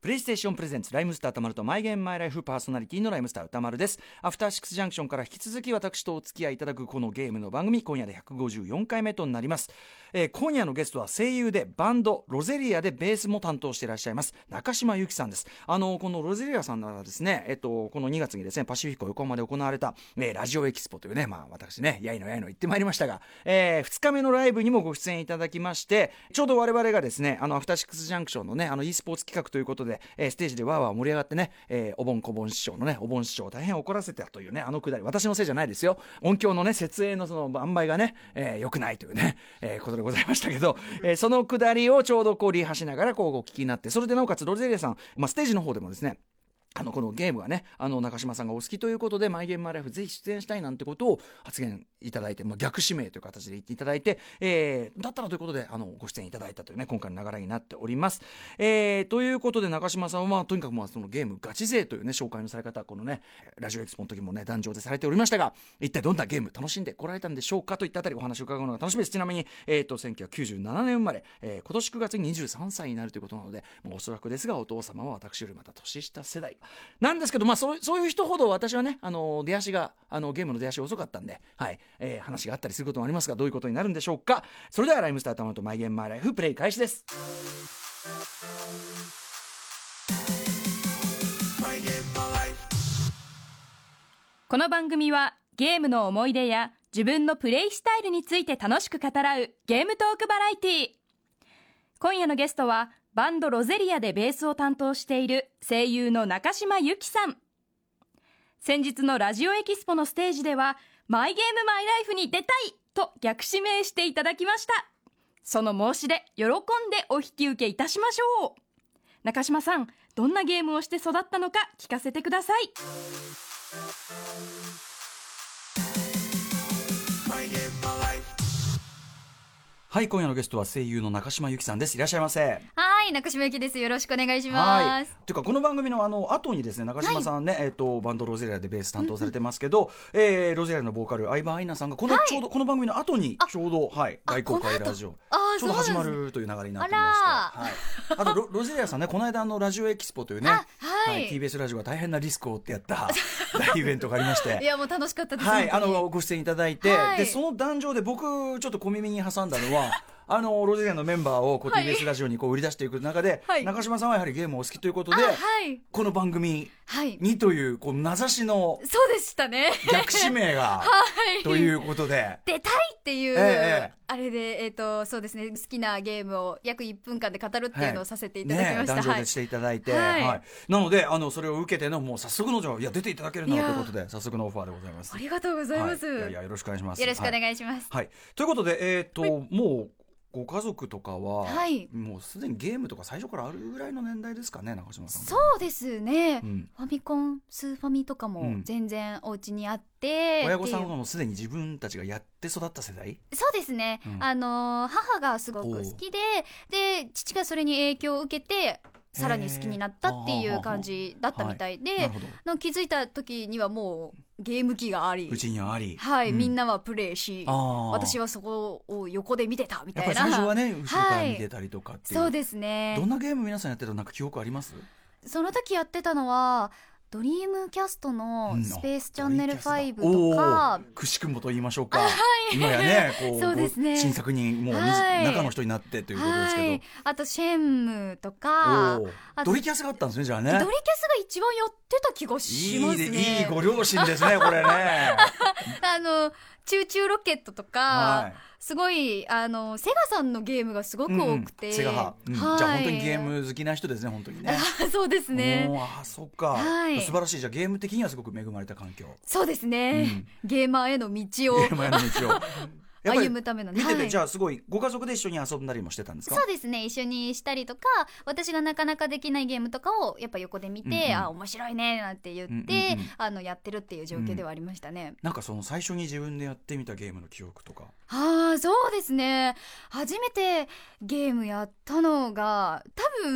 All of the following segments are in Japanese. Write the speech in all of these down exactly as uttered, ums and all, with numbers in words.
プレイステーションプレゼンツライムスター歌丸とマイゲームマイライフ、パーソナリティのライムスター歌丸です。アフターシックスジャンクションから引き続き私とお付き合いいただくこのゲームの番組、今夜でひゃくごじゅうよんかいめとなります。えー、今夜のゲストは声優でバンドロゼリアでベースも担当していらっしゃいます中島由紀さんです。あのこのロゼリアさんはですね、えっと、このにがつにですねパシフィコ横浜で行われた、えー、ラジオエキスポというね、まあ私ねやいのやいの言ってまいりましたが、えー、ふつかめのライブにもご出演いただきまして、ちょうど我々がですねあのアフターシックスジャンクションのねあの e スポーツ企画ということで、えー、ステージでわーわー盛り上がってね、えー、お盆小盆師匠のねお盆師匠を大変怒らせたというねあのくだり、私のせいじゃないですよ、音響のね設営のその塩梅がね、えー、良くないというね、えー、ことでございましたけど、えー、そのくだりをちょうどこうリハしながらこうお聞きになって、それでなおかつロゼリアさん、まあ、ステージの方でもですねあのこのゲームがねあの中島さんがお好きということでマイゲームマイライフぜひ出演したいなんてことを発言いただいて、まあ、逆指名という形で言っていただいて、えー、だったらということであのご出演いただいたというね今回の流れになっております。えー、ということで中島さんは、まあ、とにかくまあそのゲームガチ勢というね紹介のされ方、このねラジオエキスポの時もね壇上でされておりましたが、一体どんなゲーム楽しんでこられたんでしょうかといったあたりお話を伺うのが楽しみです。ちなみに、えー、とせんきゅうひゃくきゅうじゅうななねん生まれ、えー、今年くがつににじゅうさんさいになるということなので、もうおそらくですがお父様は私よりまた年下世代なんですけど、まあ、そう、そういう人ほど私はねあの出足があのゲームの出足遅かったんで、はいえー、話があったりすることもありますが、どういうことになるんでしょうか。それではライムスター玉とマイゲームマイライフプレイ開始です。 この番組はゲームの思い出や自分のプレイスタイルについて楽しく語らうゲームトークバラエティ。今夜のゲストはバンドロゼリアでベースを担当している声優の中島由紀さん。先日のラジオエキスポのステージではマイゲームマイライフに出たいと逆指名していただきました。その申し出喜んでお引き受けいたしましょう。中島さん、どんなゲームをして育ったのか聞かせてください。 はい、今夜のゲストは声優の中島由紀さんです。いらっしゃいませ。 はい、中島由紀です。よろしくお願いします。 というかこの番組のあの後にですね中島さんね、はい、えー、とバンドロゼリアでベース担当されてますけど、うん、えー、ロゼリアのボーカル相葉愛菜さんがこの、はい、ちょうどこの番組の後にちょうど、はい、大公開ラジオちょうど始まるという流れになってまして、はい、あと ロ, ロゼリアさんねこの間のラジオエキスポというね、はいはい、ティービーエス ラジオが大変なリスクを負ってやった大イベントがありましていやもう楽しかったです、 はい、あのご出演いただいて、はい、でその壇上で僕ちょっと小耳に挟んだのはあのロゼリアのメンバーをこう ティービーエス ラジオにこう売り出していく中で、はい、中島さんはやはりゲームをお好きということで、はい、この番組にというこう名指しのそうでしたね逆指名が、はい、ということで出たいっていう、ええ、あれで、えーと、そうですね好きなゲームを約いっぷんかんで語るっていうのをさせていただきました、 はいね、壇上でしていただいて、はいはい、なのであのそれを受けてのもう早速のじゃあいや出ていただけるなということで早速のオファーでございます。 ありがとうございます、 はい、いやいやよろしくお願いします。 よろしくお願いします、 はいはい、ということで、えーとはい、もうご家族とかは、はい、もうすでにゲームとか最初からあるぐらいの年代ですかね中島さん。 そうですね、うん、ファミコンスーファミとかも全然お家にあって、 うん、親御さんはもうすでに自分たちがやって育った世代。 そうですね、うん、あの母がすごく好きでで父がそれに影響を受けてさらに好きになったっていう感じだったみたいで、はい、の気づいた時にはもうゲーム機がありうちにはあり、 はい、うん、みんなはプレイし私はそこを横で見てたみたいな。 やっぱり最初はね後ろから見てたりとかっていう、 はい、そうですね。 どんなゲーム皆さんやってたなんか記憶あります？ その時やってたのはドリームキャストのスペースチャンネルファイブとか、 くしくもと言いましょうか、はい、今やねこうそうですね新作にもう、はい、中の人になってということですけど、はい、 あとシェンムとかドリキャスがあったんですね。じゃあねドリキャスが一番やってた気がしますね。 いい、いいご両親ですねこれねあのチューチューロケットとか、はい、すごいあのセガさんのゲームがすごく多くて、うん、 セガ派、うんはい、じゃあ本当にゲーム好きな人ですね本当にねそうですね。 あそっか、はい、素晴らしい。じゃあゲーム的にはすごく恵まれた環境。 そうですね、うん、ゲーマーへの道をゲーマーへの道を歩むためのね。 見てて、はい、じゃあすごいご家族で一緒に遊んだりもしてたんですか？ そうですね、一緒にしたりとか私がなかなかできないゲームとかをやっぱ横で見て、うんうん、あ面白いねなんて言って、うんうんうん、あのやってるっていう状況ではありましたね、うん、 なんかその最初に自分でやってみたゲームの記憶とか。 ああそうですね、初めてゲームやったのが多分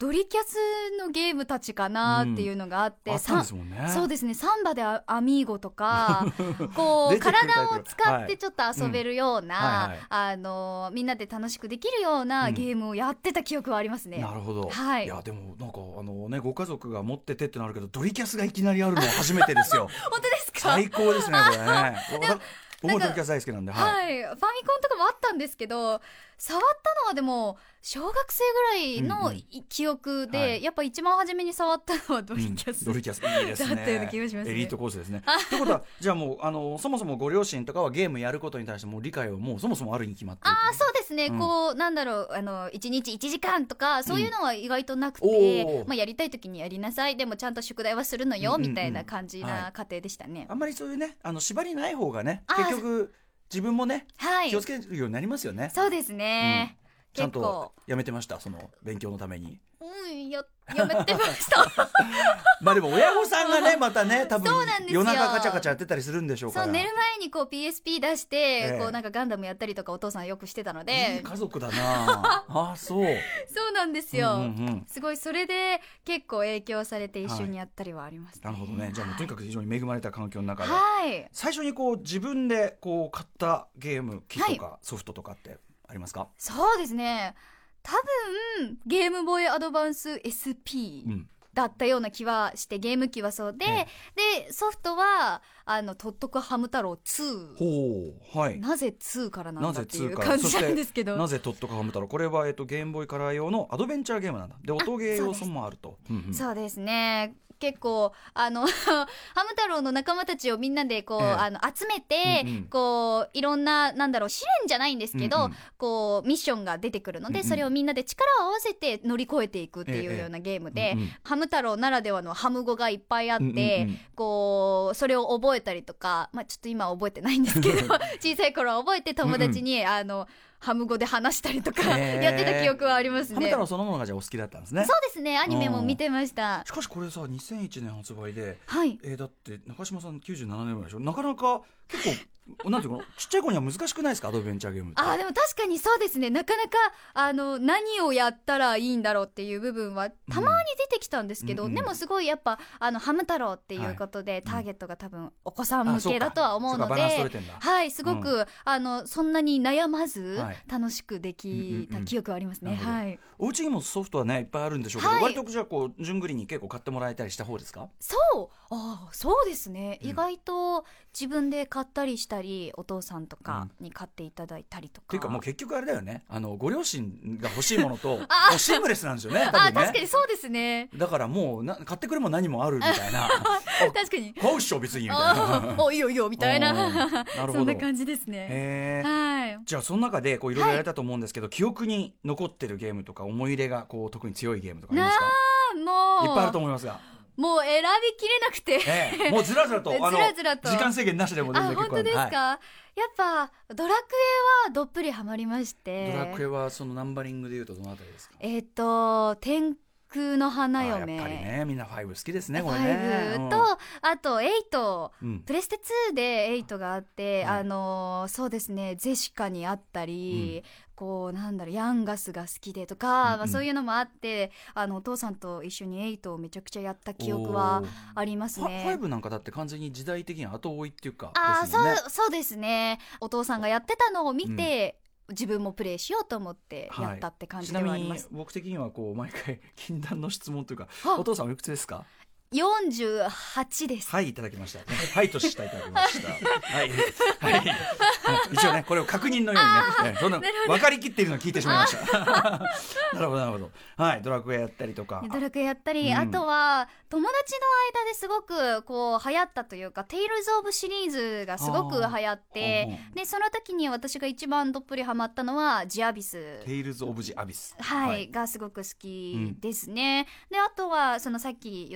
ドリキャスのゲームたちかなっていうのがあって、 うん、あったんですもんね。 そうですね、サンバでアミーゴとかこう体を使ってちょっと遊べるような、はいうんはいはい、あのみんなで楽しくできるようなゲームをやってた記憶はありますね、うん、 なるほど、 はい、 いやでもなんかあの、ね、ご家族が持っててってなるけどドリキャスがいきなりあるのは初めてですよ本当ですか？ 最高ですねこれね僕もドリキャス大好きなんで、 はい、はい、ファミコンとかもあったんですけど、触ったのはでも小学生ぐらいの、うんうん、記憶で、はい、やっぱ一番初めに触ったのはドリキャス、 うん、ドリキャスいいですねだったような気がしますね。 エリートコースですねということはじゃあもうあのそもそもご両親とかはゲームやることに対してもう理解をもうそもそもあるに決まってる。 ああそうですね、うん、こうなんだろうあのいちにちいちじかんとかそういうのは意外となくて、うんまあ、やりたい時にやりなさい、でもちゃんと宿題はするのよ、うんうんうん、みたいな感じな家庭でしたね、はい、 あんまりそういうねあの縛りない方がね結局自分もね、はい、気をつけるようになりますよね。 そうですね、うん、 ちゃんとやめてましたその勉強のために。 うんややめてましたまあでも親御さんがねまたね多分夜中カチャカチャやってたりするんでしょうから、 そう寝る前にこう ピーエスピー 出して、ええ、こうなんかガンダムやったりとかお父さんよくしてたので、 いい家族だなあそうそうなんですよ、うんうんうん、すごいそれで結構影響されて一緒にやったりはありますね、 はい、なるほどね。じゃあもうとにかく非常に恵まれた環境の中で、 はい、 最初にこう自分でこう買ったゲーム機とかソフトとかってありますか？はい、 そうですね、多分ゲームボーイアドバンス エスピー だったような気はして、ゲーム機はそうで、うん、でソフトはあのとっとくハム太郎ツー、 ほう、はい、 なぜツーからなんだっていう感じなんですけど、 なぜとっとくハム太郎、これは、えっと、ゲームボーイカラー用のアドベンチャーゲームなんだ。で音ゲー要素もあると。 そうです、うんうん、そうですね。結構あのハム太郎の仲間たちをみんなでこう、ええ、あの集めて、うんうん、こういろんななんだろう試練じゃないんですけど、うんうん、こうミッションが出てくるので、うんうん、それをみんなで力を合わせて乗り越えていくっていうようなゲームで、ええうんうん、ハム太郎ならではのハム語がいっぱいあって、うんうんうん、こうそれを覚えたりとか、まあ、ちょっと今は覚えてないんですけど小さい頃は覚えて友達に、うんうん、あのハム語で話したりとかやってた記憶はありますね。 ハム太郎そのものがじゃあお好きだったんですね。 そうですね、アニメも見てました。 しかしこれさにせんいちねん発売で、 はい、 えー、だって中島さんきゅうじゅうななねんぐらいでしょ。なかなか結構なんていうのちっちゃい子には難しくないですかアドベンチャーゲームって。 あでも確かにそうですね、なかなかあの何をやったらいいんだろうっていう部分はたまに出てきたんですけど、うん、でもすごいやっぱあのハム太郎っていうことで、はい、ターゲットが多分お子さん向けだとは思うので、はいすごく、うん、あのそんなに悩まず楽しくできた記憶はありますね、はい、 お家にもソフトはねいっぱいあるんでしょうけど、はい、割とじゃあこう順繰りに結構買ってもらえたりした方ですか？ そうあそうですね、うん、意外と自分で買ったりしたりお父さんとかに買っていただいたりとか、 っていうかもう結局あれだよね、あのご両親が欲しいものともうシームレスなんですよね。多分ねあ確かにそうですね。 だからもうな買ってくれも何もあるみたいな確かに買うっしょ別にみたいなおいいよいいよみたいななるほどそんな感じですね。 へはい、 じゃあその中でいろいろやれたと思うんですけど、はい、記憶に残ってるゲームとか思い入れがこう特に強いゲームとかありますか？ もういっぱいあると思いますがもう選びきれなくて、 ええ、もうずらずらとあのずらずらと時間制限なしでも全然結構あ本当ですか、はい、やっぱドラクエはどっぷりハマりまして。 ドラクエはそのナンバリングでいうとどのあたりですか？ えっ、ー、と天空の花嫁、 やっぱりねみんなファイブ好きですねこれね。 ファイブと、うん、あとエイト、うん、プレステツーでエイトがあって、 うん、 あのそうですねゼシカにあったり、うん、こうなんだろうヤンガスが好きでとか、うんうんまあ、そういうのもあってあのお父さんと一緒にエイトをめちゃくちゃやった記憶はありますね。 ファイブなんかだって完全に時代的に後追いっていうかあですもんね。 そう、そうですね、お父さんがやってたのを見て、うん自分もプレイしようと思ってやったって感じではあります、 はい、ちなみに僕的にはこう毎回禁断の質問というかお父さんおいくつですか？ よんじゅうはちです。 はいいただきましたはいとしたいただきましたはい、はい、一応ねこれを確認のようにね、そんな分かりきっているのを聞いてしまいましたなるほどなるほど、はい、ドラクエやったりとかドラクエやったり、うん、あとは友達の間ですごくこう流行ったというかテイルズオブシリーズがすごく流行ってでその時に私が一番どっぷりハマったのはジアビステイルズオブジアビス、 はいはい、がすごく好きですね、うん、であとはそのさっき言ったスペース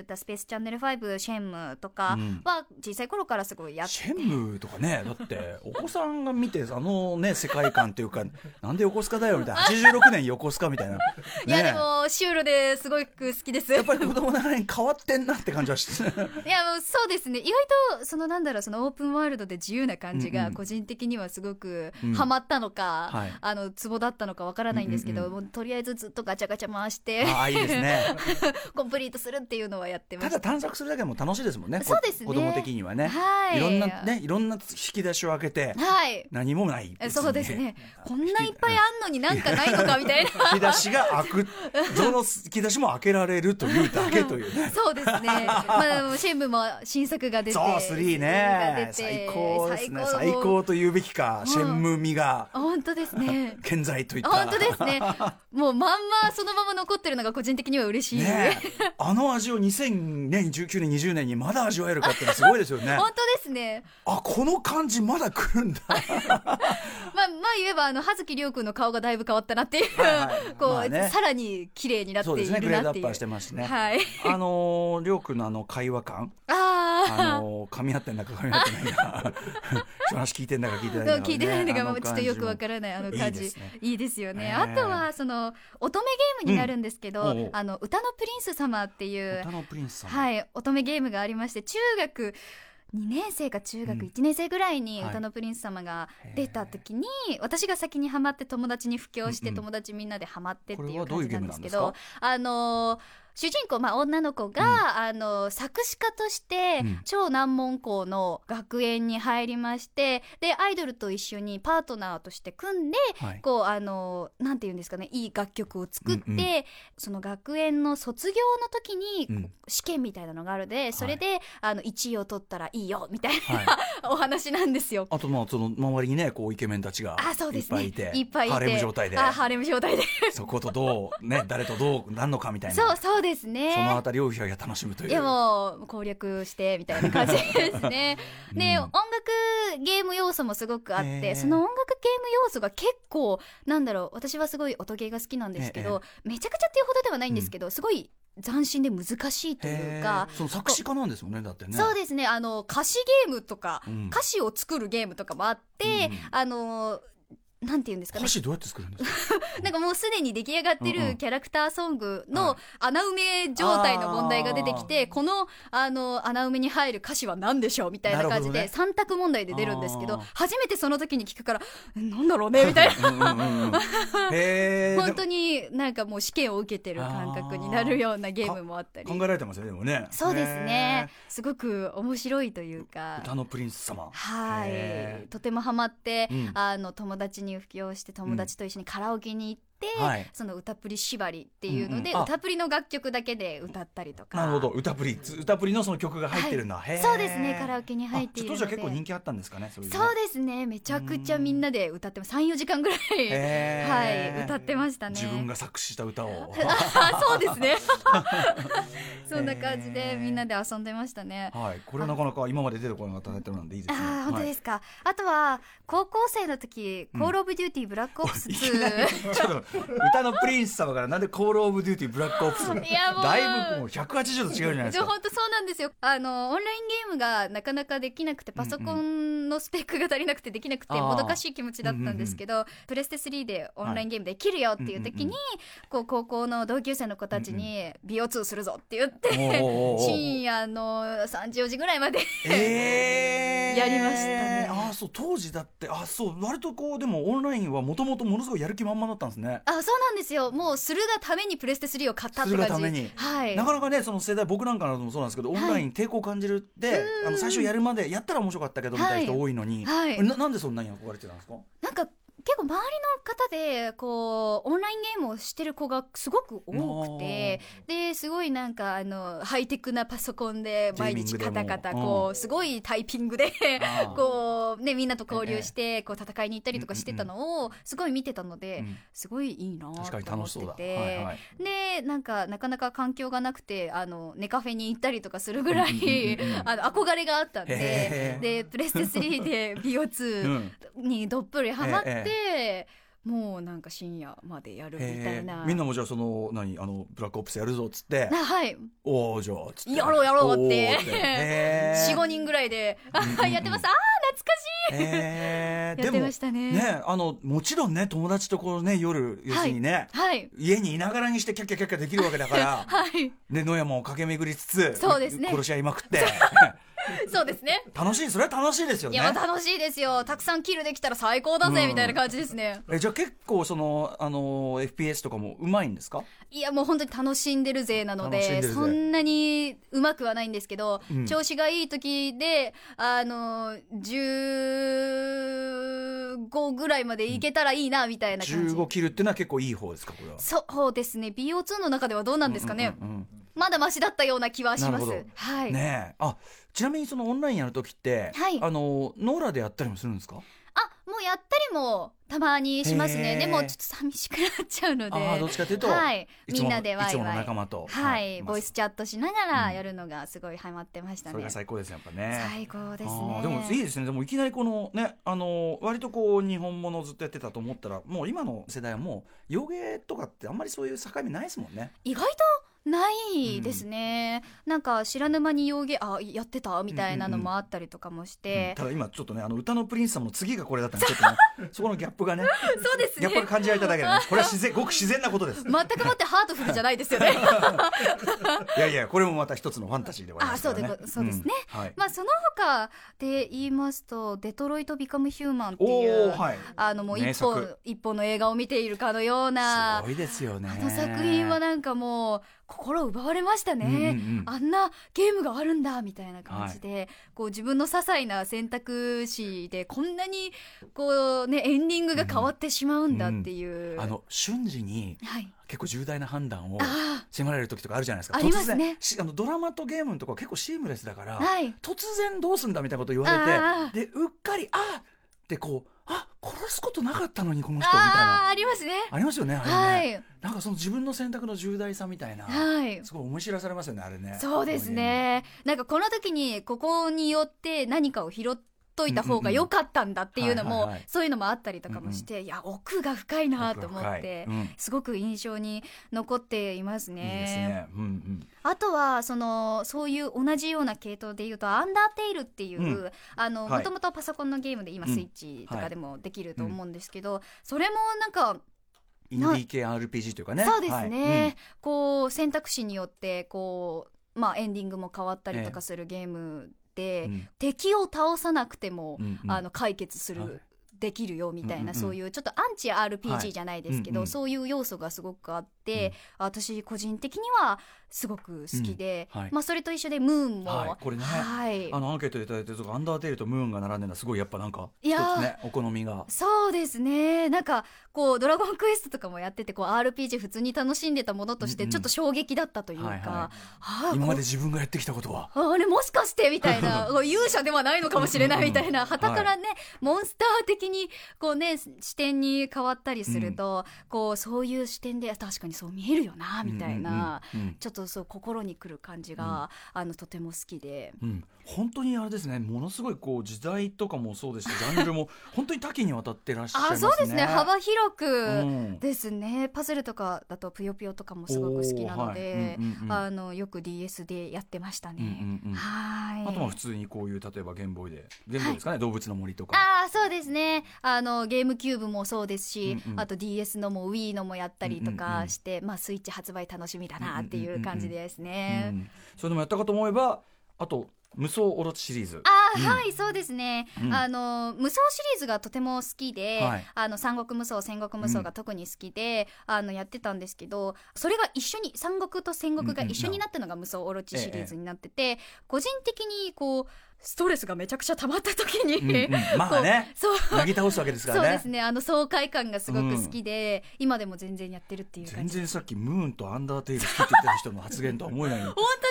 スチャンネルファイブシェンムとかは小さい頃からすごいやって、 シェンムとかね、だってお子さんが見てあのね世界観というかなんで横須賀だよみたいな、はちじゅうろくねん横須賀みたいな、ね、 いやでもシュールですごく好きです。 やっぱり子供ながらに変わってんなって感じはしていやもうそうですね、意外とそのなんだろう、そのオープンワールドで自由な感じが個人的にはすごくハマったのか、うんはい、あのツボだったのかわからないんですけど、うんうんうん、もうとりあえずずっとガチャガチャ回してああいいですねコンプリートするっていうのはやってました。 ただ探索するだけでも楽しいですもんね。 そうですね、 子供的にはね、はい、いろんなねいろんな引き出しを開けて、はい、何もない、ね、 そうですね、こんないっぱいあんのになんかないのかみたいな引き出しが開くどの引き出しも開けられるというだけというねそうですね、まあ、シェンムも新作が出て、 そうスリーね最高ですね、最高と言うべきか、シェンム味が本当ですね健在といった本当ですねもうまんまそのまま残ってるのが個人的には嬉しい、ね、 あの味をにせんじゅうきゅうねんにじゅうねんにまだ味わえるかっていうのはすごいですよね本当ですね、 あこの感じまだ来るんだまあまあ言えばあの葉月亮君の顔がだいぶ変わったなっていう、はいはい、こう、まあね、さらに綺麗になっているなっていう、そうですね、グレードアップはしてますね、はい、 あの亮君のあの会話感ああの噛み合ってんだか噛み合ってないな話聞いてんだか聞いてないんだか、ね、 聞いてないんだかちょっとよくわからないあの感じいいですね、いいですよね、あとはその乙女ゲームになるんですけど、うん、あの歌のプリンス様っていう歌のプリンス様、 はい、乙女ゲームがありまして、中学にねん生か中学いちねん生ぐらいに歌のプリンス様が出た時に、はい、私が先にハマって友達に布教して、友達みんなでハマってっていう感じなんですけど、あのー主人公、まあ、女の子が、うん、あの作詞家として、うん、超難問校の学園に入りまして、でアイドルと一緒にパートナーとして組んで、はい、こうあのなんていうんですかね、いい楽曲を作って、うんうん、その学園の卒業の時に、うん、試験みたいなのがあるで、それで、はい、あのいちいを取ったらいいよみたいな、はい、お話なんですよ。 あとまあその周りにねこうイケメンたちがいっぱいいて、いっぱいいてハーレム状態で、 あハーレム状態でそことどうね誰とどうなんのかみたいな、 そうそうですね、 そのあたりを楽しむという、 いやもう攻略してみたいな感じですねで、うん、音楽ゲーム要素もすごくあって、その音楽ゲーム要素が結構なんだろう、私はすごい音ゲーが好きなんですけど、めちゃくちゃっていうほどではないんですけど、うん、すごい斬新で難しいというか、 その作詞家なんですもんね、だってね。 そうですね、あの歌詞ゲームとか、うん、歌詞を作るゲームとかもあって、うん、あのなんていうんですかね、 歌詞どうやって作るんですかなんかもうすでに出来上がってるキャラクターソングの穴埋め状態の問題が出てきて、はい、この、あの穴埋めに入る歌詞は何でしょうみたいな感じでさん択問題で出るんですけど、初めてその時に聞くからなんだろうねみたいなうんうん、うん、へ本当になんかもう試験を受けてる感覚になるようなゲームもあったり、 考えられてますよね、でもね。 そうですね、すごく面白いというか、 歌のプリンス様、 はい、とてもハマって、うん、あの友達に布教して友達と一緒にカラオケに行って、うんはい、その歌プリ縛りっていうので、うんうん、歌プリの楽曲だけで歌ったりとか。 なるほど、歌プリ歌プリのその曲が入ってるんだ、はい、 そうですね、カラオケに入っているので。 ちょっとじゃ結構人気あったんですかね。 そういうね、 そうですね、めちゃくちゃみんなで歌ってさんよじかんぐらい、はい、歌ってましたね。 自分が作詞した歌をそうですねそんな感じでみんなで遊んでましたね。 はい、これなかなか今まで出てこなかったタイトルなんでいいですね。 あ、本当ですか、はい、あとは高校生の時、コールオブデューティーブラックオプスツーちょっと歌のプリンス様からなんでコールオブデューティーブラックオプスいやもうだいぶもうひゃくはちじゅうど違うじゃないですか。 本当そうなんですよ。あのオンラインゲームがなかなかできなくて、パソコンのスペックが足りなくてできなくてもどかしい気持ちだったんですけど、うんうん、プレステスリーでオンラインゲームできるよっていう時に、はい、うんうん、こう高校の同級生の子たちに ビーオーツー するぞって言って、うんうん、深夜のさんじよじぐらいまでえー、やりましたね。 あ、そう、当時だって、あ、そう、割とこうでもオンラインはもともとものすごいやる気満々だったんですね。 あ、そうなんですよ。もうするがためにプレステスリーを買ったって感じ。するがために、はい、 なかなかね、その世代、僕なんかのもそうなんですけど、オンライン抵抗感じるって、はい、あの最初やるまでやったら面白かったけどみたいな人多いのに、はいはい、な, なんでそんなに憧れてたんですか。なんか結構周りの方でこうオンラインゲームをしてる子がすごく多くて、ですごいなんかあのハイテクなパソコンで毎日カタカタこうすごいタイピングでこう、ね、みんなと交流してこう戦いに行ったりとかしてたのをすごい見てたので、すごいいいなと思ってて、はいはい、でなんかなかなか環境がなくてあのネカフェに行ったりとかするぐらいあの憧れがあったんで、でプレステスリーで ビーオーツー にどっぷりハマって、 もうなんか深夜までやるみたいな。 みんなもじゃあその何あのブラックオプスやるぞっつってはいおおじゃあつってやろうやろうって よんご 人ぐらいでやってます。あー懐かしい、 えー、 やってましたね。 でもねあのもちろんね友達とこうね夜要するにね、 はいはい、 家にいながらにしてキャッキャキャッキャできるわけだからはい、 で野山を駆け巡りつつそうですね、 殺し合いまくってそうですね。 楽しい、それは楽しいですよね。 いや楽しいですよ。たくさんキルできたら最高だぜ、うん、みたいな感じですね。 えじゃあ結構そのあの エフピーエス とかもうまいんですか？ いやもう本当に楽しんでるぜなのでそんなにうまくはないんですけど、うん、調子がいい時であのじゅうごぐらいまでいけたらいいなみたいな感じ、うん、 じゅうごキルってのは結構いい方ですか？これはそうですね。 ビーオーツー の中ではどうなんですかね、うんうんうん、まだマシだったような気はします。はい、 ねえあちなみにそのオンラインやるときって、はい、あのノーラでやったりもするんですか？ あもうやったりもたまにしますね。でもちょっと寂しくなっちゃうのであどっちかというと、 はい、みんなでワイワイいつもの仲間と、 はい、ボイスチャットしながらやるのがすごいハマってましたね、 うん、それが最高ですやっぱね。 最高ですね。 でもいいですね。でもいきなりこのねあの割とこう日本物ずっとやってたと思ったらもう今の世代はもう洋芸とかってあんまりそういう境目ないですもんね。 意外とないですね、うん、なんか知らぬ間に洋芸あやってたみたいなのもあったりとかもして、うんうんうん、 ただ今ちょっとねあの歌のプリンスさんの次がこれだったんでちょっとねそこのギャップがねそうですねギャップが感じられただけで、ね、これは自然ごく自然なことです。 全くもってハートフルじゃないですよねいやいやこれもまた一つのファンタジーではありますからね。 あそうで、そうですね、 うんはい、 まあその他で言いますとデトロイトビカムヒューマンっていう、はい、あのもう一本一本の映画を見ているかのようなすごいですよね。 あの作品はなんかもう心奪われましたね、うんうんうん、あんなゲームがあるんだみたいな感じで、はい、こう自分の些細な選択肢でこんなにこう、ね、エンディングが変わってしまうんだっていう、うんうん、 あの瞬時に、はい、結構重大な判断を迫られる時とかあるじゃないですか。 ありますね。 突然あのドラマとゲームのとこ結構シームレスだから、はい、突然どうすんだみたいなこと言われてでうっかりあってこうあ殺すことなかったのにこの人みたいなあ, ありますねありますよね。あれね、はい、なんかその自分の選択の重大さみたいな、はい、すごい思い知らされますよねあれね。 そうですね。なんかこの時にここによって何かを拾ってといた方が良かったんだっていうのもそういうのもあったりとかもして、うんうん、いや奥が深いなと思って、うん、すごく印象に残っていますね。 いいですね、うんうん、 あとはそのそういう同じような系統でいうとアンダーテイルっていう、うん、あのもともとパソコンのゲームで今スイッチとかでもできると思うんですけど、うんはい、それもなんかインディー系 アールピージー というかね。 そうですね、はいうん、こう選択肢によってこう、まあ、エンディングも変わったりとかするゲームで、うん、敵を倒さなくても、うんうん、あの解決する、はい、できるよみたいな、うんうん、そういうちょっとアンチ アールピージー じゃないですけど、はいうんうん、そういう要素がすごくあって、うん、私個人的にはすごく好きで、うんはいまあ、それと一緒でムーンも、 はい、これね、はい、あのアンケートでいただいてるとアンダーテールとムーンが並んでるのはすごいやっぱなんか一つねお好みが。 そうですね。なんかこうドラゴンクエストとかもやっててこう アールピージー 普通に楽しんでたものとしてちょっと衝撃だったというか、うんうんはいはいはあ、今まで自分がやってきたことはあれもしかしてみたいな勇者ではないのかもしれないみたいな旗からね、はい、モンスター的にこうね視点に変わったりすると、うん、こうそういう視点で確かにそう見えるよなみたいな、うんうんうん、ちょっとそう心にくる感じが、うん、あのとても好きで、 うん、本当にあれですねものすごいこう時代とかもそうですしジャンルも本当に多岐にわたってらっしゃいますね。 あそうですね幅広くですね、うん、パズルとかだとぷよぷよとかもすごく好きなので、はいうんうんうん、あのよく ディーエス でやってましたね、うんうんうん、はいあとは普通にこういう例えばゲームボーイでゲームボーイですかね、はい、動物の森とかあそうですねあのゲームキューブもそうですし、うんうん、あと ディーエス のも Wii のもやったりとかして、うんうんうんまあ、スイッチ発売楽しみだなっていう感じですね、うんうんうんうん、 それでもやったかと思えばあと無双オロチシリーズあ、うん、はいそうですね、うん、あの無双シリーズがとても好きで、はい、あの三国無双戦国無双が特に好きで、うん、あのやってたんですけどそれが一緒に三国と戦国が一緒になったのが無双オロチシリーズになってて、うんうん、個人的にこうストレスがめちゃくちゃ溜まった時に、 うんうん、まあねそうなぎ倒すわけですからね。 そうですねあの爽快感がすごく好きで、うん、今でも全然やってるっていう感じ。 全然さっきムーンとアンダーテイル好きって言ってた人の発言とは思えない本当で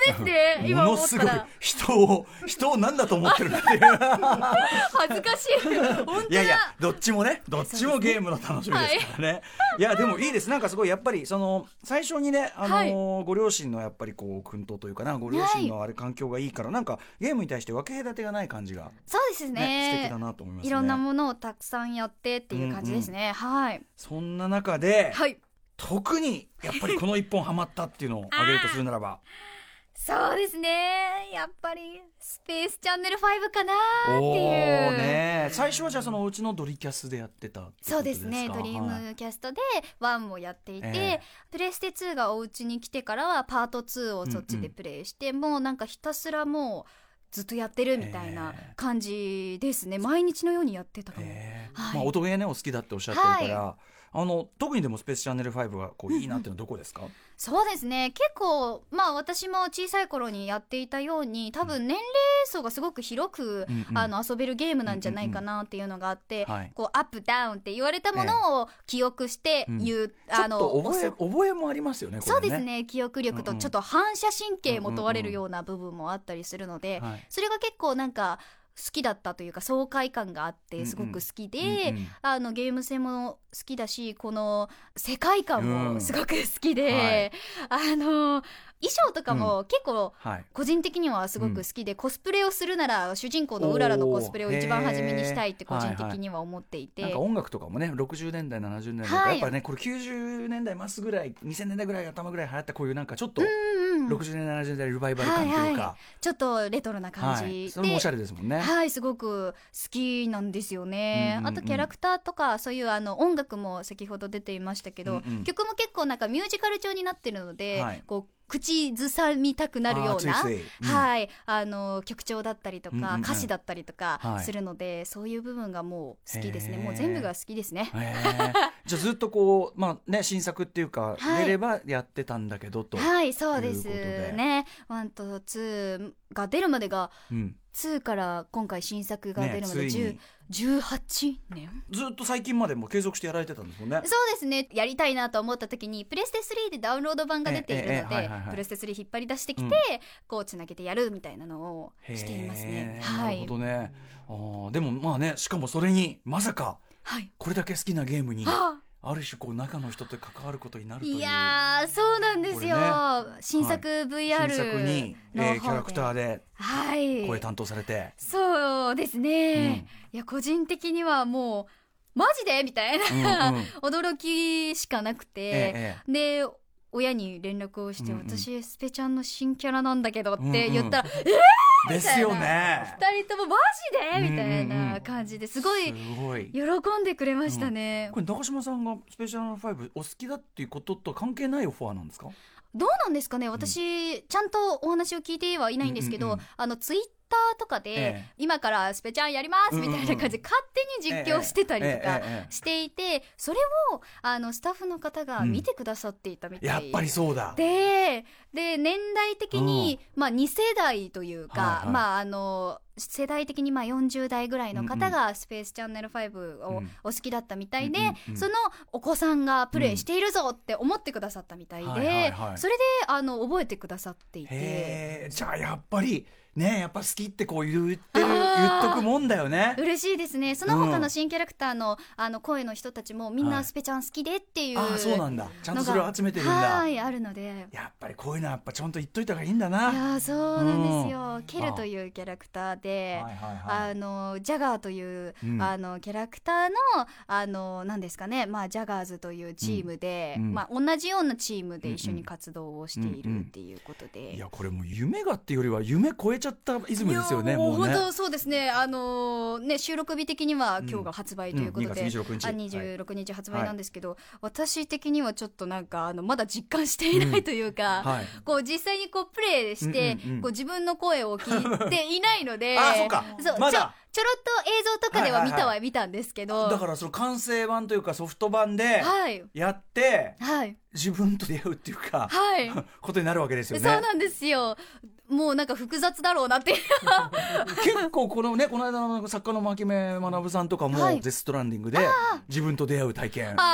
ですね今も思ったらのすごい人を人を何だと思ってるんだっていう恥ずかしい本当だ。 いやいやどっちもねどっちもゲームの楽しみですからね、はい、いやでもいいです。なんかすごいやっぱりその最初にね、あのーはい、ご両親のやっぱりこう薫陶というかな、ご両親のあれ環境がいいから、はい、なんかゲームに対して分け隔てがない感じが、 そうですね、 ね、素敵だなと思いますね。 いろんなものをたくさんやってっていう感じですね、うんうん、はい。 そんな中で、 はい、 特にやっぱりこの一本ハマったっていうのを挙げるとするならばそうですね、やっぱりスペースチャンネルファイブかなっていう。おね、最初はじゃあそのうちのドリキャスでやってたってことですか。 そうですね、ドリームキャストでワンもやっていて、えー、プレステツーがお家に来てからはパートツーをそっちでプレイして、うんうん、もうなんかひたすらもうずっとやってるみたいな感じですね、えー、毎日のようにやってたかも、えーはい、 まあ、音ゲーねお好きだっておっしゃってるから、はい、あの特にでもスペースチャンネルファイブがこういいなっていうのはどこですか？ そうですね、結構まあ私も小さい頃にやっていたように多分年齢層がすごく広く、うんうん、あの遊べるゲームなんじゃないかなっていうのがあって、うんうん、こうアップダウンって言われたものを記憶して言う、ええ、 あのちょっと覚え、覚えもありますよね、これね。 そうですね、記憶力とちょっと反射神経も問われるような部分もあったりするので、うんうんうん、それが結構なんか好きだったというか爽快感があってすごく好きで、うんうん、あのゲーム性も好きだしこの世界観もすごく好きで、うんはい、あの衣装とかも結構個人的にはすごく好きで、うん、コスプレをするなら主人公のうららのコスプレを一番初めにしたいって個人的には思っていて、 はいはい、なんか音楽とかもねろくじゅうねんだいななじゅうねんだいとか、はい、やっぱりねこれきゅうじゅうねんだい末ぐらいにせんねんだいぐらい頭ぐらい流行ったこういうなんかちょっとろくじゅうねんだいななじゅうねんだいリバイバル感というか、はいはい、 ちょっとレトロな感じ、はい、 それもおしゃれですもんね。 はい、すごく好きなんですよね、うんうんうん、あとキャラクターとかそういうあの音楽も先ほど出ていましたけど、うんうん、曲も結構なんかミュージカル調になってるので、はい、こう口ずさみたくなるような、うんはい、あの曲調だったりとか、うんうんうん、歌詞だったりとかするので、はい、そういう部分がもう好きですね。もう全部が好きですね。 じゃあずっとこう、まあね、新作っていうか、はい、出ればやってたんだけどとはいそうですね。ワンとツーが出るまでが、うん、ツーから今回新作が出るまで、ね、じゅうはちねんずっと最近までも継続してやられてたんですもんね。 そうですね、やりたいなと思った時にプレステスリーでダウンロード版が出ているのでプレステスリー引っ張り出してきて、うん、こうつなげてやるみたいなのをしていますね。 はい、なるほどね。あでもまあね、しかもそれにまさかこれだけ好きなゲームに、はい、ある種こう中の人と関わることになるという。 いやそうなんですよ、ね、新作 ブイアール の、 新作に、えー、キャラクターで声担当されて、はい、 そうですね、うん、いや個人的にはもうマジでみたいな、うんうん、驚きしかなくて、ええ、で親に連絡をして、うんうん、私スペちゃんの新キャラなんだけどって言ったら、うんうん、えーですよね、 ふたりともマジでみたいな感じですごい喜んでくれましたね、 うん、これ中島さんがスペシャルファイブお好きだっていうことと関係ないオファーなんですか？ どうなんですかね、私、うん、ちゃんとお話を聞いてはいないんですけど、うんうんうん、あのツイッターとかで、ええ、今からスペちゃんやりますみたいな感じで勝手に実況してたりとかしていて、それをあのスタッフの方が見てくださっていたみたい、うん、 やっぱりそうだで、で年代的に、うんまあ、に世代というか、はいはい、まああの世代的にまあよんじゅうだいぐらいの方がスペースチャンネルファイブをお好きだったみたいで、うんうんうん、そのお子さんがプレイしているぞって思ってくださったみたいで、うんはいはいはい、それであの覚えてくださっていて、 へー、じゃあやっぱりね、やっぱ好きってこう言ってる言っとくもんだよね。 嬉しいですね。その他の新キャラクターの、うん、あの声の人たちもみんなスペちゃん好きでっていう、はい、 あそうなんだ、ちゃんとそれを集めてるんだ。 はいあるので、 やっぱりこういうのはやっぱちゃんと言っといた方がいいんだな。 いやそうなんですよ、うん、ケルというキャラクターで、はいはいはい、あのジャガーという、うん、あのキャラクターのあの何ですかね、まあ、ジャガーズというチームで、うんまあ、同じようなチームで一緒に活動をしているっていうことで、うんうん、 いやこれもう夢がっていうよりは夢超えちゃったイズムですよね。 もう本当そうですね。あのー、ね収録日的には今日が発売ということで、うんうん、にがつにじゅうろくにち、あにじゅうろくにち発売なんですけど、はい、私的にはちょっとなんかあのまだ実感していないというか、うんはい、こう実際にこうプレイして、うんうんうん、こう自分の声を聞いていないのであそうかそうまだちょろっと映像とかでは見たは見たんですけど、はいはいはい、だからその完成版というかソフト版でやって、はい、自分と出会うっていうか、はい、ことになるわけですよね。 そうなんですよ。もうなんか複雑だろうなって結構このねこの間の作家の牧目学さんとかも、はい、ゼストランディングで自分と出会う体験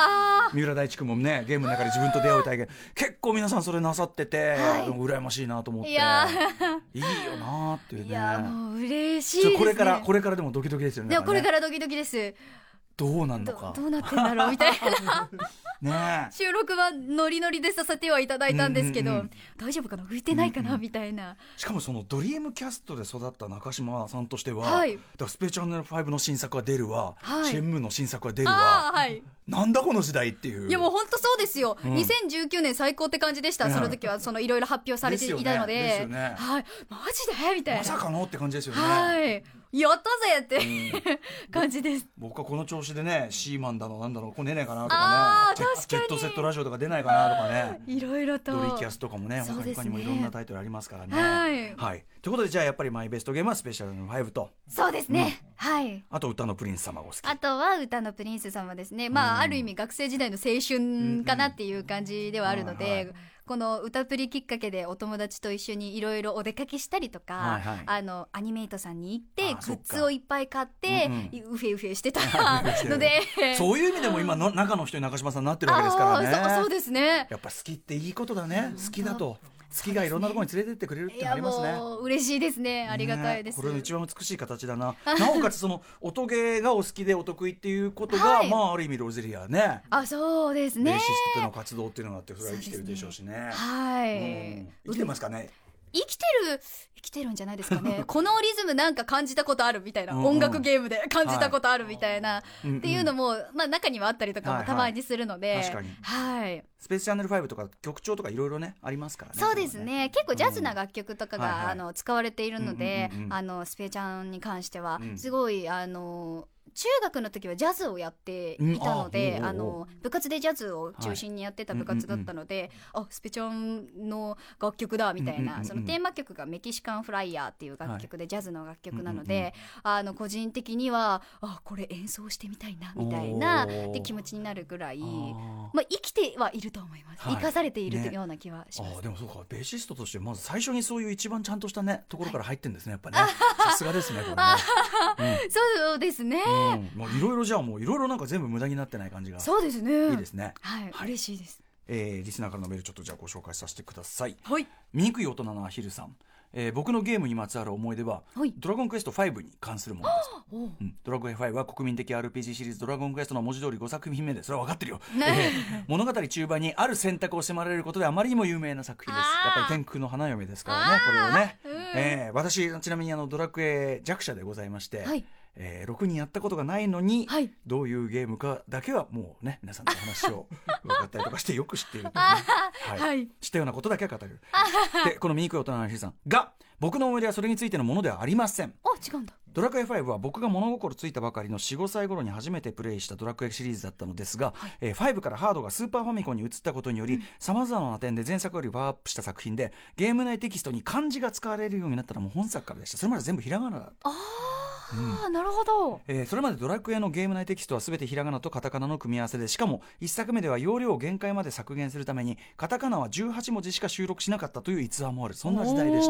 三浦大知君もねゲームの中で自分と出会う体験結構皆さんそれなさってて、はい、羨ましいなと思って、いやいいよなっていうね。 いやもう嬉しいですね。 これからこれからでもドキドキですよね。 でもこれからドキドキです。 どうなんのかど, どうなってんだろうみたいなね収録はノリノリでさせてはいただいたんですけど、うんうんうん、大丈夫かな浮いてないかな、うんうん、みたいな。 しかもそのドリームキャストで育った中島さんとしては、 はい、 だからスペチャンネルファイブの新作は出るわ、はい、シェンムーの新作は出るわ、 はい、 なんだこの時代っていう。 いやもう本当そうですよ、うん、にせんじゅうきゅうねん最高って感じでした、うん、その時はそのいろいろ発表されていたの で, で, ですよ、ねですよね、はい、マジでみたいな、 まさかのって感じですよね。 はいやったぜって、うん、感じです。 僕はこの調子でねシーマンだのなんだろうこれ出ないかなとかね、ジェットセットラジオとか出ないかなとかね、 いろいろとドリキャスとかもね他にもいろんなタイトルありますからね。 はい、 はい、ということでじゃあやっぱりマイベストゲームはスペシャルのファイブと。 そうですね、うん、はい。 あと歌のプリンス様がお好き。 あとは歌のプリンス様ですね。まあ、うん、ある意味学生時代の青春かなっていう感じではあるので、うんうんはいはい、この歌プリきっかけでお友達と一緒にいろいろお出かけしたりとか、はいはい、あのアニメイトさんに行ってグッズをいっぱい買って、うんうん、うfeうfeしてたのでそういう意味でも今の中の人に中島さんになってるわけですからね。 そう、そうですね。 やっぱ好きっていいことだね。好きだと好きがいろんなところに連れてってくれるってありますね。いやもう嬉しいですね。ありがたいです、 ね、これの一番美しい形だななおかつその音ゲーがお好きでお得意っていうことが、はい、まあある意味ロゼリアね。 あそうですね。 ベーシストでの活動っていうのがあってそれは生きてるでしょうしね。 はい、 うん、生きてますかね。 生きてる生きてるんじゃないですかねこのリズムなんか感じたことあるみたいな、うんうん、音楽ゲームで感じたことあるみたいな、はい、っていうのも、まあ、中にはあったりとかもたまにするので、はいはい、確かに、はい、 スペースチャンネルファイブとか曲調とかいろいろねありますからね。 そうですね、ね結構ジャズな楽曲とかが、うんはいはい、あの使われているので、うんうんうんうん、あのスペチャンに関しては、うん、すごいあの中学の時はジャズをやっていたので、うん、あ, あの部活でジャズを中心にやってた部活だったので、はいうんうんうん、あスペチャンの楽曲だみたいな、うんうんうん、そのテーマ曲がメキシカンフライヤーっていう楽曲で、はい、ジャズの楽曲なので、うんうんうん、あの個人的にはあこれ演奏してみたいなみたいなで気持ちになるぐらい、まあ、生きてはいると思います、はい、生かされている、ね、ような気はします。 あでもそうかベーシストとしてまず最初にそういう一番ちゃんとしたねところから入ってるんですね、はい、やっぱねさすがですねこれね、うん、 そうですね、 うん、もういろいろじゃあもういろいろなんか全部無駄になってない感じがそうですね。 いいですね。 はい、はい、嬉しいです。 えー、リスナーからのメールちょっとじゃあご紹介させてください。 はい。 醜い大人のアヒルさん、えー、僕のゲームにまつわる思い出は、はい、ドラゴンクエストファイブに関するものです、うん、ドラゴンファイブは国民的 アールピージー シリーズドラゴンクエストの文字通りごさくひんめでそれは分かってるよ、ねえー、物語中盤にある選択を迫られることであまりにも有名な作品です。やっぱり天空の花嫁ですからねこれはね、うんえー、私ちなみにあのドラクエ弱者でございまして、はいえー、ろくにやったことがないのに、はい、どういうゲームかだけはもうね皆さんの話を伺ったりとかしてよく知っているという、ねはいはい、知ったようなことだけは語るでこの醜い大人のアヒルさんが僕の思い出はそれについてのものではありません。 あ違うんだ。 ドラクエファイブは僕が物心ついたばかりの よん、ごさい頃に初めてプレイしたドラクエシリーズだったのですが、はいえー、ファイブからハードがスーパーファミコンに移ったことによりさまざまな点で前作よりパワーアップした作品でゲーム内テキストに漢字が使われるようになったのも本作からでした。それまで全部ひらがなだった。 ああ、うん、なるほど、 えー、それまでドラクエのゲーム内テキストは全てひらがなとカタカナの組み合わせでしかもいっさくめでは容量を限界まで削減するためにカタカナはじゅうはちもじしか収録しなかったという逸話もあるそんな時代でした。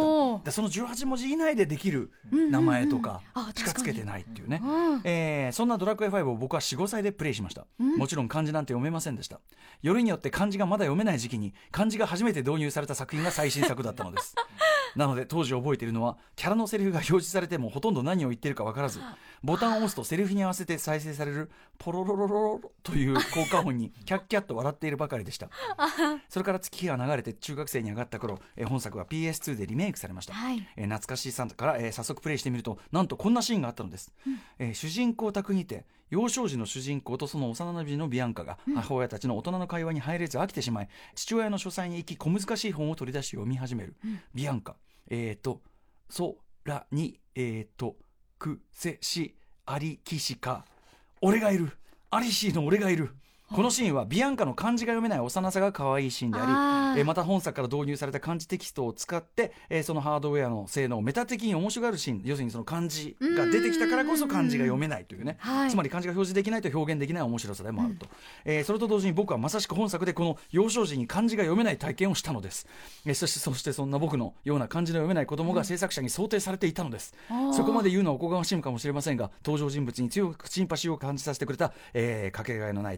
でそのじゅうはちもじ以内でできる名前とかしかつけてないっていうね、うんえー、そんなドラクエファイブを僕は よん、ごさいでプレイしました、うん、もちろん漢字なんて読めませんでした。よりによって漢字がまだ読めない時期に漢字が初めて導入された作品が最新作だったのですなので当時覚えているのはキャラのセリフが表示されてもほとんど何を言っているか分からずボタンを押すとセリフに合わせて再生されるポロロロロロという効果音にキャッキャッと笑っているばかりでしたそれから月日が流れて中学生に上がった頃、え本作は ピーエスツー でリメイクされました、はいえ懐かしいさから、えー、早速プレイしてみるとなんとこんなシーンがあったのです、うんえー、主人公宅にて幼少時の主人公とその幼なじみのビアンカが母親たちの大人の会話に入れず飽きてしまい父親の書斎に行き小難しい本を取り出し読み始める、うん、ビアンカえーと空にえーとくせしありきしか俺がいるアリシーの俺がいる。このシーンはビアンカの漢字が読めない幼さが可愛いシーンでありえまた本作から導入された漢字テキストを使って、えー、そのハードウェアの性能をメタ的に面白がるシーン要するにその漢字が出てきたからこそ漢字が読めないというね、はい、つまり漢字が表示できないと表現できない面白さでもあると、うんえー、それと同時に僕はまさしく本作でこの幼少時に漢字が読めない体験をしたのです、えー、そしてそしてそんな僕のような漢字の読めない子供が制作者に想定されていたのです、うん、そこまで言うのはおこがましいかもしれませんが登場人物に強くシンパシーを感じさせてくれた、えー、かけがえのない体験で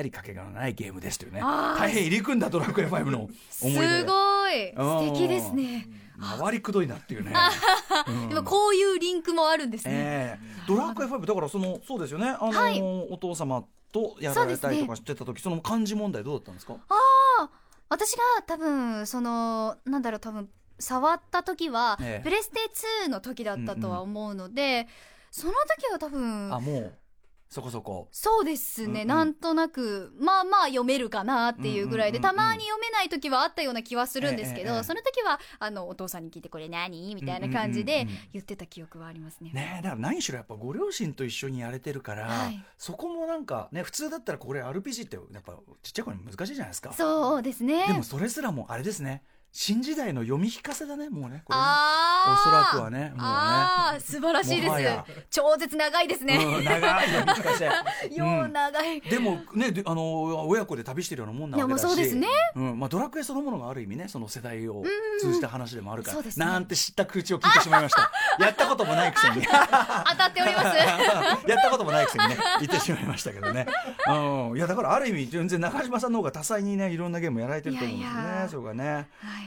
なりかけがのないゲームですというね、 あー大変入り組んだドラクエファイブのす思い出ごい素敵ですね。 回りくどいなっていうね、うん、 でもこういうリンクもあるんですね、 えー、ドラクエファイブだからそのそうですよね、あのーはい、お父様とやられたりとかしてた時 そ,、ね、その漢字問題どうだったんですか？ ああ、私が多分そのなんだろう、多分触った時は、ええ、プレステツーの時だったとは思うので、うんうん、その時は多分あもうそこそこそうですね、うんうん、なんとなくまあまあ読めるかなっていうぐらいで、うんうんうん、たまに読めない時はあったような気はするんですけど、ええええ、その時はあのお父さんに聞いてこれ何みたいな感じで言ってた記憶はありますね。 ねえ、だから何しろやっぱご両親と一緒にやれてるから、はい、そこもなんかね、普通だったらこれ アールピージー ってやっぱちっちゃい子に難しいじゃないですか。 そうですね。 でもそれすらもあれですね、新時代の読み聞かせだね、もうね、これね、 あおそらくはね、もうね、 あ素晴らしいです。超絶長いですね、 うん、長い読み聞かせよう長い、 うん、でもね、あの親子で旅してるようなもんなわけだし、いやもうそうですね、うんまあ、ドラクエそのものがある意味ね、その世代を通じた話でもあるから、うんうん、なんて知った口を聞いてしまいましたやったこともないくせに当たっておりますやったこともないくせにね言ってしまいましたけどね、うん、いやだからある意味全然中島さんの方が多彩にねいろんなゲームやられてると思うんですね。いやいやそれがね、はい、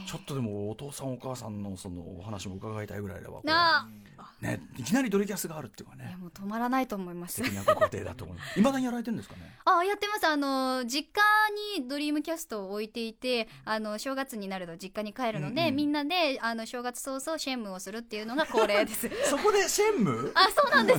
ちょっとでもお父さんお母さんのそのお話も伺いたいぐらいだわな、ね、いきなりドリキャスがあるっていうかね、いやもう止まらないと思います。 素敵なご家庭だと思います。未だにやられてるんですかね？ あ、やってます。あの実家にドリームキャストを置いていて、あの正月になると実家に帰るので、うんうん、みんなであの正月早々シェンムをするっていうのが恒例ですそこでシェンム？ あ、そうなんです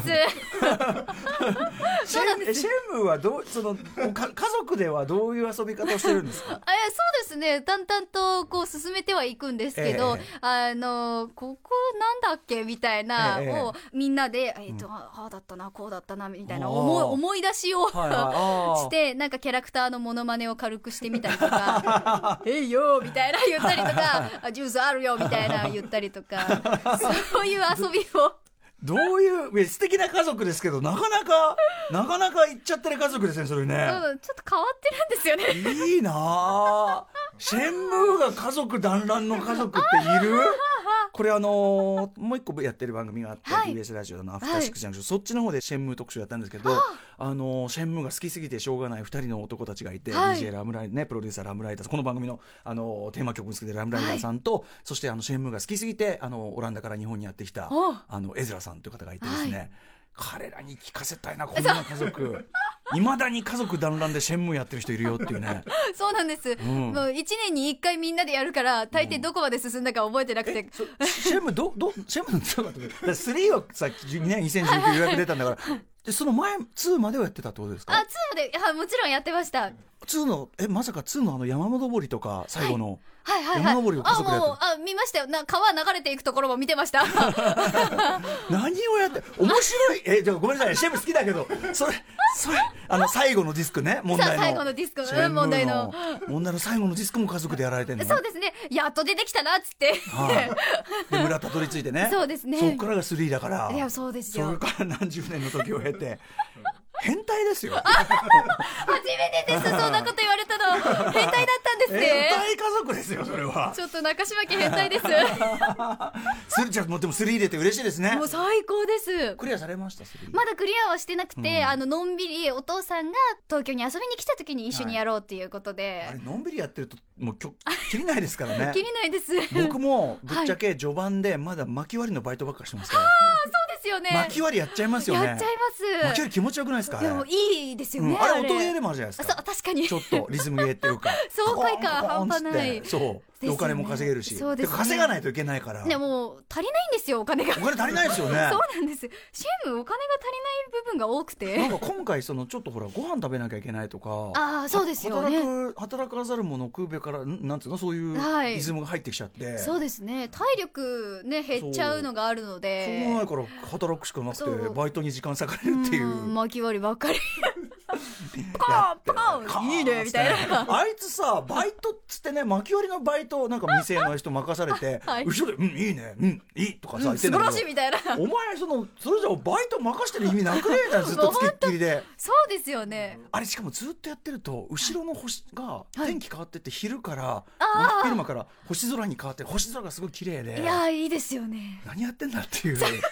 そうなんです。シェンムはどう、そのか家族ではどういう遊び方をしてるんですか？あ、 そうですね、淡々とこう進めてはいくんですけど、ええ、あのここなんだっけみたいな、ええ、をみんなで、えーとうん、ああだったなこうだったなみたいな思い、思い出しを、はい、してなんかキャラクターのモノマネを軽くしてみたりとかえいよみたいな言ったりとかジュースあるよみたいな言ったりとかそういう遊びをどういう素敵な家族ですけど、なかなかなかなか言っちゃってる家族ですね、それね。 うん、ちょっと変わってるんですよね。 いいなあシェンムーが家族団らんの家族っているこれあのー、もう一個やってる番組があって、はい、ティービーエス ラジオのアフターシックスジャンクション、はい、そっちの方でシェンムー特集やったんですけど、あのー、シェンムーが好きすぎてしょうがないふたりの男たちがいて、はい、ディージェー ラムライダーね、プロデューサーラムライダー、この番組の、あのー、テーマ曲好きでラムライダーさんと、はい、そしてあのシェンムーが好きすぎてあのオランダから日本にやってきたあのエズラさんという方がいてですね、はい、彼らに聞かせたいな、こんな家族いまだに家族団らんでシェンムーやってる人いるよっていうねそうなんです、うん、もういちねんにいっかいみんなでやるから大抵どこまで進んだか覚えてなくて、 うん、シェンムーどどシェンムーどうだったスリーはさっき、ね、にせんじゅうきゅう予約出たんだからでその前ツーまではやってたってことですか？ あ、ツーまで、はい、もちろんやってました。 ツーのえまさかツーのあの山登りとか最後の、 はいはいはいはい、 山登りを家族でやってる。 あ、もうあ見ましたよ。な川流れていくところも見てました何をやって面白いえじゃあごめんなさいシェム好きだけどそれそれあの最後のディスクね問題の最後のディスク、うん、問題の問題の最後のディスクも家族でやられてるの？ そうですね、やっと出てきたなっつって、はあ、で村たどり着いてねそうですね、 そっからがスリーだから。 いやそうですよ、 それから何十年の時を経て変態ですよ初めてです、そんなこと言われたの変態だったんですね。 変態家族ですよそれは。 ちょっと中島家変態ですスじゃあもうでもスリー入れて嬉しいですね。 もう最高です。 クリアされました？スリーまだクリアはしてなくて、うん、あののんびりお父さんが東京に遊びに来た時に一緒にやろうっていうことで、はい、 あれのんびりやってるともうきょ切りないですからね切りないです僕もぶっちゃけ序盤でまだ巻き割りのバイトばっかしてますから、 はい、あそうですよね、 巻き割りやっちゃいますよね。 やっちゃいます。 巻き割り気持ちよくないですか？ でもいいですよね、 うん、あれ音ゲーでもあるじゃないですか。 そう確かにちょっとリズムゲーっていうか爽快感半端ない。 そう、お金も稼げるし、そうですね、稼がないといけないから。 でも足りないんですよ、お金が。 お金足りないですよねそうなんです。シェムお金が足りない部分が多くて、 なんか今回そのちょっとほらご飯食べなきゃいけないとか、 ああそうですよね、 働く働かざる者食うべからなんつうのそういうリズムが入ってきちゃって、はい、 そうですね、体力ね減っちゃうのがあるので、 しょうがないから働くしかなくてバイトに時間割かれるっていう、 うん巻き割りばっかりポンポンいいねみたいな。 あいつさバイトっつってね巻き割りのバイトなんか店の人任されて、はい、後ろでうんいいねうんいいとかさ、うん、言ってんだけど、 素晴らしいみたいな。 お前そのそれじゃバイト任してる意味なくねえじゃんずっとつきっきりでそうですよね。あれしかもずっとやってると後ろの星が天気変わってって昼から真っ昼間から星空に変わって星空がすごい綺麗で、 いやいいですよね。 何やってんだっていう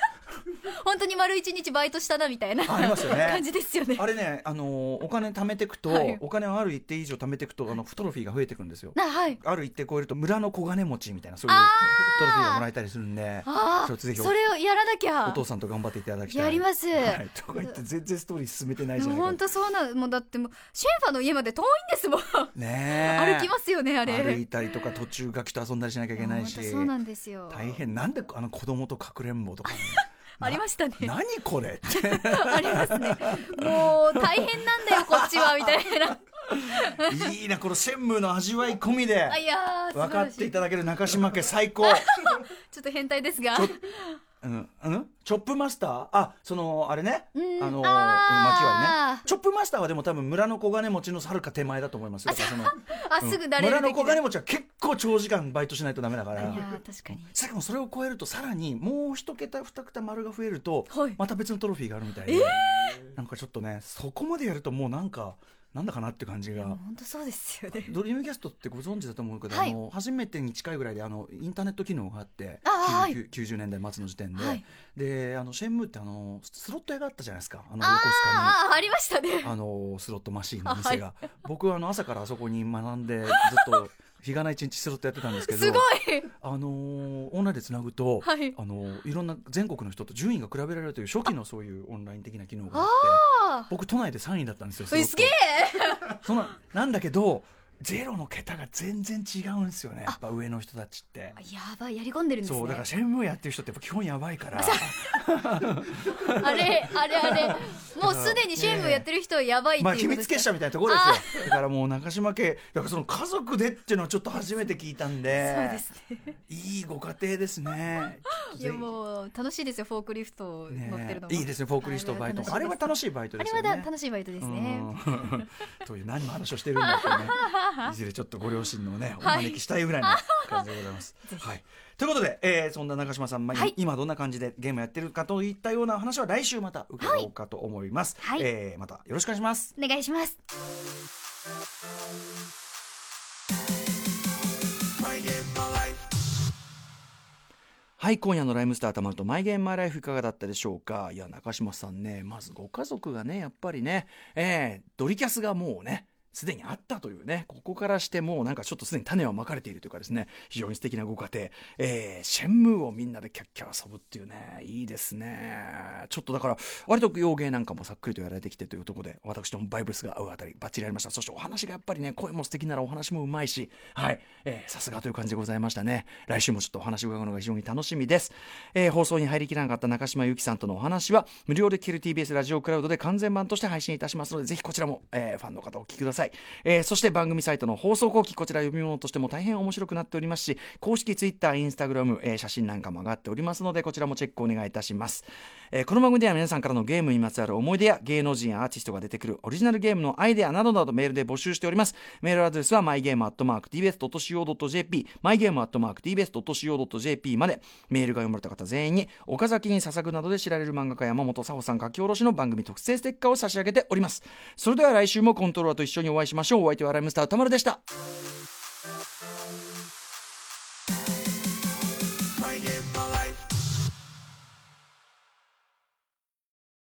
本当に丸一日バイトしたなみたいなありますよね感じですよね。 あれね、あのーお金貯めていくと、はい、お金をある一定以上貯めていくとあのトロフィーが増えていくんですよ。あ、はい、ある一定超えると村の小金持ちみたいなそういうトロフィーがもらえたりするんで、 あそれをやらなきゃお父さんと頑張っていただきたい。 やります、はい、 とか言って全然ストーリー進めてないじゃないか。 本当そうなの。もうだってもうシェンファの家まで遠いんですもんね歩きますよね。あれ歩いたりとか途中ガキと遊んだりしなきゃいけないし、 そうなんですよ。 大変。なんであの子供とかくれんぼとか、ね、 ありましたね。 何これってありますね。もう大変なんだよこっちはみたいないいな、この専務の味わい込みであいや分かっていただける中島家最高ちょっと変態ですがうんうん、チョップマスター、あ、そのあれね、あのあ薪割りね。チョップマスターはでも多分村の小金持ちの遥か手前だと思います。だからそのあ、すぐ誰村の小金持ちは結構長時間バイトしないとダメだから。いや確かに。 しかもそれを超えるとさらにもう一桁二桁丸が増えると、はい、また別のトロフィーがあるみたいで、えー、なんかちょっとねそこまでやるともうなんかなんだかなって感じが。 本当そうですよね。 ドリームキャストってご存知だと思うけど、はい、あの初めてに近いぐらいであのインターネット機能があってあきゅうじゅう、きゅうじゅうねんだい末の時点で、はい、であのシェンムーってあのスロット屋があったじゃないですか。あの横須賀にあ, あ, ありましたね。 あのスロットマシーンの店が、はい、僕はあの朝からあそこに学んでずっと日がない一日スロットやってたんですけど、 すごいあのー、オンラインでつなぐと、はい、あのー、いろんな全国の人と順位が比べられるという初期のそういうオンライン的な機能があって、僕都内でさんいだったんですよ。 すげえそのなんだけどゼロの桁が全然違うんですよね。やっぱ上の人たちってやばい、やり込んでるんですね。 そうだからシェンムーやってる人ってやっぱ基本やばいからあれあれあれもうすでにシェンムーやってる人はやばいっていうことですか。 まあ秘密結社みたいなところですよ。だからもう中島家だからその家族でっていうのをちょっと初めて聞いたんでそうですね、 いいご家庭ですね。 いやもう楽しいですよ。フォークリフト乗ってるのも、 ね、いいですね。フォークリフトバイトあれは楽しいバイトですよね。 あれは楽しいバイトですねという何の話をしてるんだってねいずれちょっとご両親のねお招きしたいぐらいの感じでございます、はい、ということで、えー、そんな中島さん、まあはい、今どんな感じでゲームやってるかといったような話は来週また伺おうかと思います、はい、えー、またよろしくお願いします。 お願いします。 はい、今夜のライムスターたまるとマイゲームマイライフいかがだったでしょうか。いや中島さんね、まずご家族がねやっぱりね、えー、ドリキャスがもうねすでにあったというね、ここからしてもうなんかちょっとすでに種はまかれているというかですね、非常に素敵なご家庭、えー、シェンムーをみんなでキャッキャ遊ぶっていうね、いいですね。ちょっとだから割と洋芸なんかもさっくりとやられてきてというところで、私ともバイブルスが合うあたりバッチリありました。そしてお話がやっぱりね、声も素敵ならお話もうまいし、はい、えー、さすがという感じでございましたね。来週もちょっとお話を伺うのが非常に楽しみです。えー、放送に入りきらなかった中島由紀さんとのお話は無料で聞ける ティービーエス ラジオクラウドで完全版として配信いたしますので、ぜひこちらも、えー、ファンの方お聞きください。えー、そして番組サイトの放送後期、こちら読み物としても大変面白くなっておりますし、公式ツイッター、インスタグラム、えー、写真なんかも上がっておりますので、こちらもチェックお願いいたします。えー、この番組では皆さんからのゲームにまつわる思い出や芸能人やアーティストが出てくるオリジナルゲームのアイデアなどなどメールで募集しております。メールアドレスは マイゲームアットマークティービーエスドットシーオードットジェーピー マイゲームアットマークティービーエスドットシーオードットジェーピー まで。メールが読まれた方全員に岡崎に捧ぐなどで知られる漫画家山本佐穂さん書き下ろしの番組特製ステッカーを差し上げております。それでは来週もコントローラーと一緒にお会いしましょう。お相手はライムスター歌丸でした。